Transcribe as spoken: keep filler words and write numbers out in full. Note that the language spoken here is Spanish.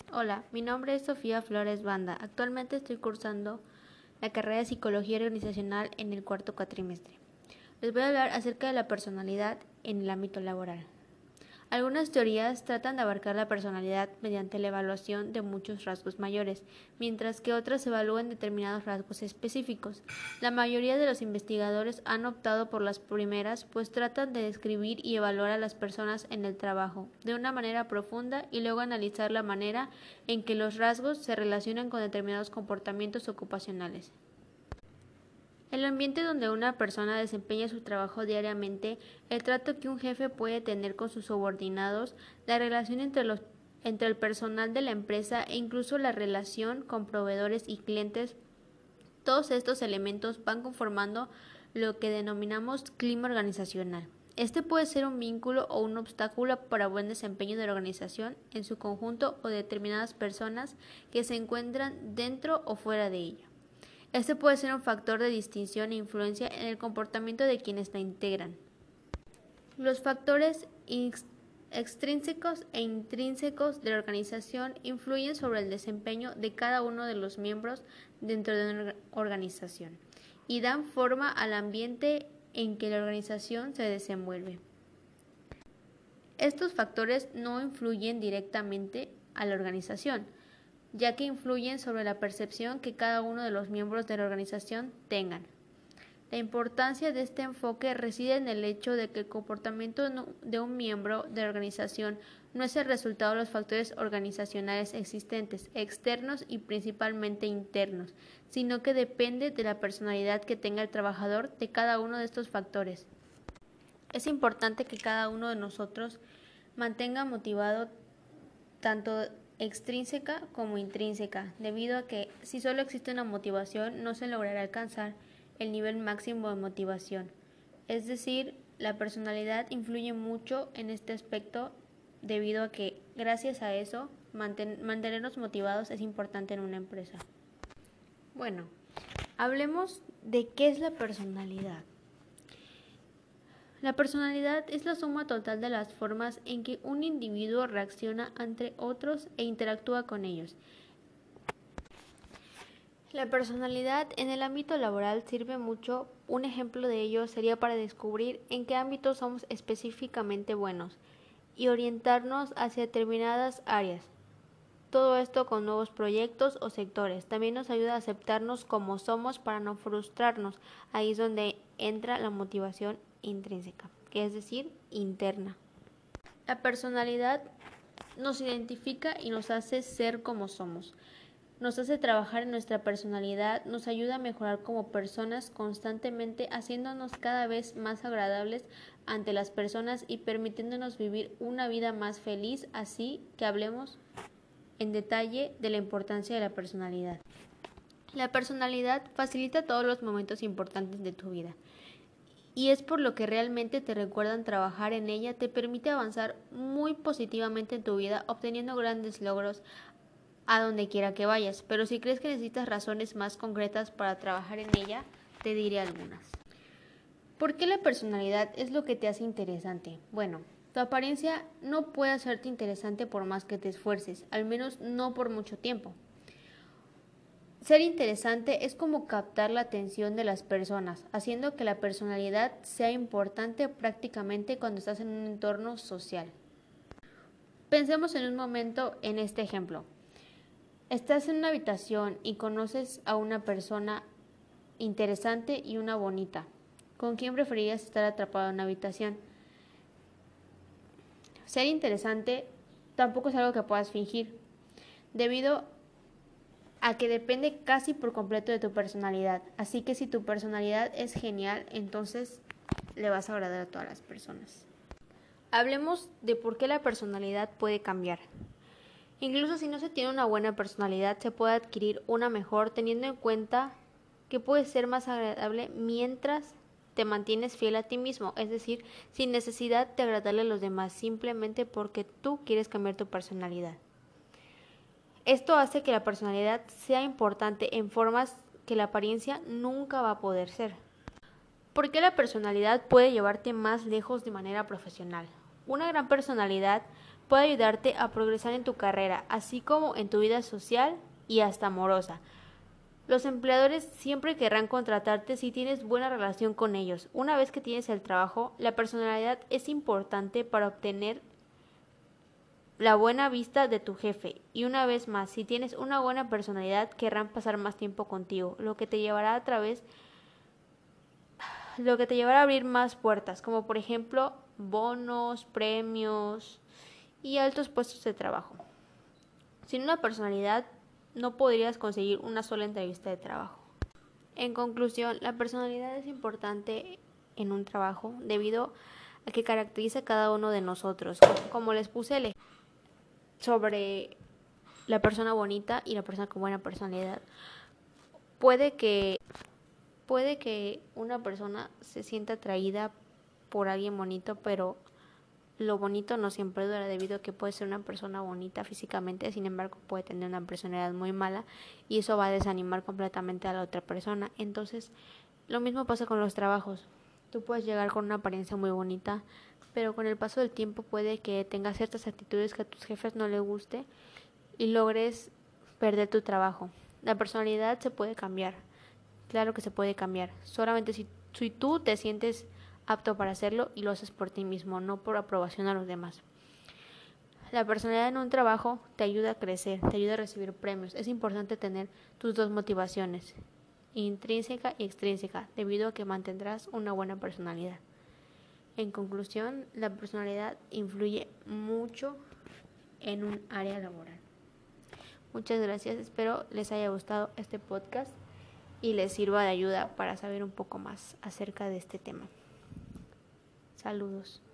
Hola, mi nombre es Sofía Flores Banda. Actualmente estoy cursando la carrera de Psicología Organizacional en el cuarto cuatrimestre. Les voy a hablar acerca de la personalidad en el ámbito laboral. Algunas teorías tratan de abarcar la personalidad mediante la evaluación de muchos rasgos mayores, mientras que otras evalúan determinados rasgos específicos. La mayoría de los investigadores han optado por las primeras, pues tratan de describir y evaluar a las personas en el trabajo de una manera profunda y luego analizar la manera en que los rasgos se relacionan con determinados comportamientos ocupacionales. El ambiente donde una persona desempeña su trabajo diariamente, el trato que un jefe puede tener con sus subordinados, la relación entre, los, entre el personal de la empresa e incluso la relación con proveedores y clientes, todos estos elementos van conformando lo que denominamos clima organizacional. Este puede ser un vínculo o un obstáculo para buen desempeño de la organización en su conjunto o de determinadas personas que se encuentran dentro o fuera de ella. Este puede ser un factor de distinción e influencia en el comportamiento de quienes la integran. Los factores extrínsecos e intrínsecos de la organización influyen sobre el desempeño de cada uno de los miembros dentro de una organización y dan forma al ambiente en que la organización se desenvuelve. Estos factores no influyen directamente a la organización, ya que influyen sobre la percepción que cada uno de los miembros de la organización tengan. La importancia de este enfoque reside en el hecho de que el comportamiento de un miembro de la organización no es el resultado de los factores organizacionales existentes, externos y principalmente internos, sino que depende de la personalidad que tenga el trabajador de cada uno de estos factores. Es importante que cada uno de nosotros mantenga motivado tanto extrínseca como intrínseca, debido a que si solo existe una motivación no se logrará alcanzar el nivel máximo de motivación. Es decir, la personalidad influye mucho en este aspecto debido a que gracias a eso manten- mantenernos motivados es importante en una empresa. Bueno, hablemos de qué es la personalidad. La personalidad es la suma total de las formas en que un individuo reacciona ante otros e interactúa con ellos. La personalidad en el ámbito laboral sirve mucho. Un ejemplo de ello sería para descubrir en qué ámbitos somos específicamente buenos y orientarnos hacia determinadas áreas. Todo esto con nuevos proyectos o sectores. También nos ayuda a aceptarnos como somos para no frustrarnos. Ahí es donde entra la motivación intrínseca, que es decir, interna. La personalidad nos identifica y nos hace ser como somos. Nos hace trabajar en nuestra personalidad, nos ayuda a mejorar como personas constantemente, haciéndonos cada vez más agradables ante las personas y permitiéndonos vivir una vida más feliz, así que hablemos en detalle de la importancia de la personalidad. La personalidad facilita todos los momentos importantes de tu vida y es por lo que realmente te recuerdan trabajar en ella, te permite avanzar muy positivamente en tu vida, obteniendo grandes logros a donde quiera que vayas. Pero si crees que necesitas razones más concretas para trabajar en ella, te diré algunas. ¿Por qué la personalidad es lo que te hace interesante? Bueno, tu apariencia no puede hacerte interesante por más que te esfuerces, al menos no por mucho tiempo. Ser interesante es como captar la atención de las personas, haciendo que la personalidad sea importante prácticamente cuando estás en un entorno social. Pensemos en un momento en este ejemplo. Estás en una habitación y conoces a una persona interesante y una bonita. ¿Con quién preferirías estar atrapado en una habitación? Ser interesante tampoco es algo que puedas fingir, debido a que depende casi por completo de tu personalidad. Así que si tu personalidad es genial, entonces le vas a agradar a todas las personas. Hablemos de por qué la personalidad puede cambiar. Incluso si no se tiene una buena personalidad, se puede adquirir una mejor, teniendo en cuenta que puede ser más agradable mientras te mantienes fiel a ti mismo, es decir, sin necesidad de agradarle a los demás, simplemente porque tú quieres cambiar tu personalidad. Esto hace que la personalidad sea importante en formas que la apariencia nunca va a poder ser. ¿Por qué la personalidad puede llevarte más lejos de manera profesional? Una gran personalidad puede ayudarte a progresar en tu carrera, así como en tu vida social y hasta amorosa. Los empleadores siempre querrán contratarte si tienes buena relación con ellos. Una vez que tienes el trabajo, la personalidad es importante para obtener la buena vista de tu jefe. Y una vez más, si tienes una buena personalidad, querrán pasar más tiempo contigo, lo que te llevará a través, lo que te llevará a abrir más puertas, como por ejemplo bonos, premios y altos puestos de trabajo. Sin una personalidad, no podrías conseguir una sola entrevista de trabajo. En conclusión, la personalidad es importante en un trabajo debido a que caracteriza a cada uno de nosotros. Como les puse el ejemplo sobre la persona bonita y la persona con buena personalidad, puede que puede que una persona se sienta atraída por alguien bonito, pero lo bonito no siempre dura, debido a que puede ser una persona bonita físicamente, sin embargo puede tener una personalidad muy mala y eso va a desanimar completamente a la otra persona. Entonces, lo mismo pasa con los trabajos. Tú puedes llegar con una apariencia muy bonita, pero con el paso del tiempo puede que tengas ciertas actitudes que a tus jefes no les guste y logres perder tu trabajo. La personalidad se puede cambiar, claro que se puede cambiar, solamente si, si tú te sientes apto para hacerlo y lo haces por ti mismo, no por aprobación a los demás. La personalidad en un trabajo te ayuda a crecer, te ayuda a recibir premios. Es importante tener tus dos motivaciones, intrínseca y extrínseca, debido a que mantendrás una buena personalidad. En conclusión, la personalidad influye mucho en un área laboral. Muchas gracias, espero les haya gustado este podcast y les sirva de ayuda para saber un poco más acerca de este tema. Saludos.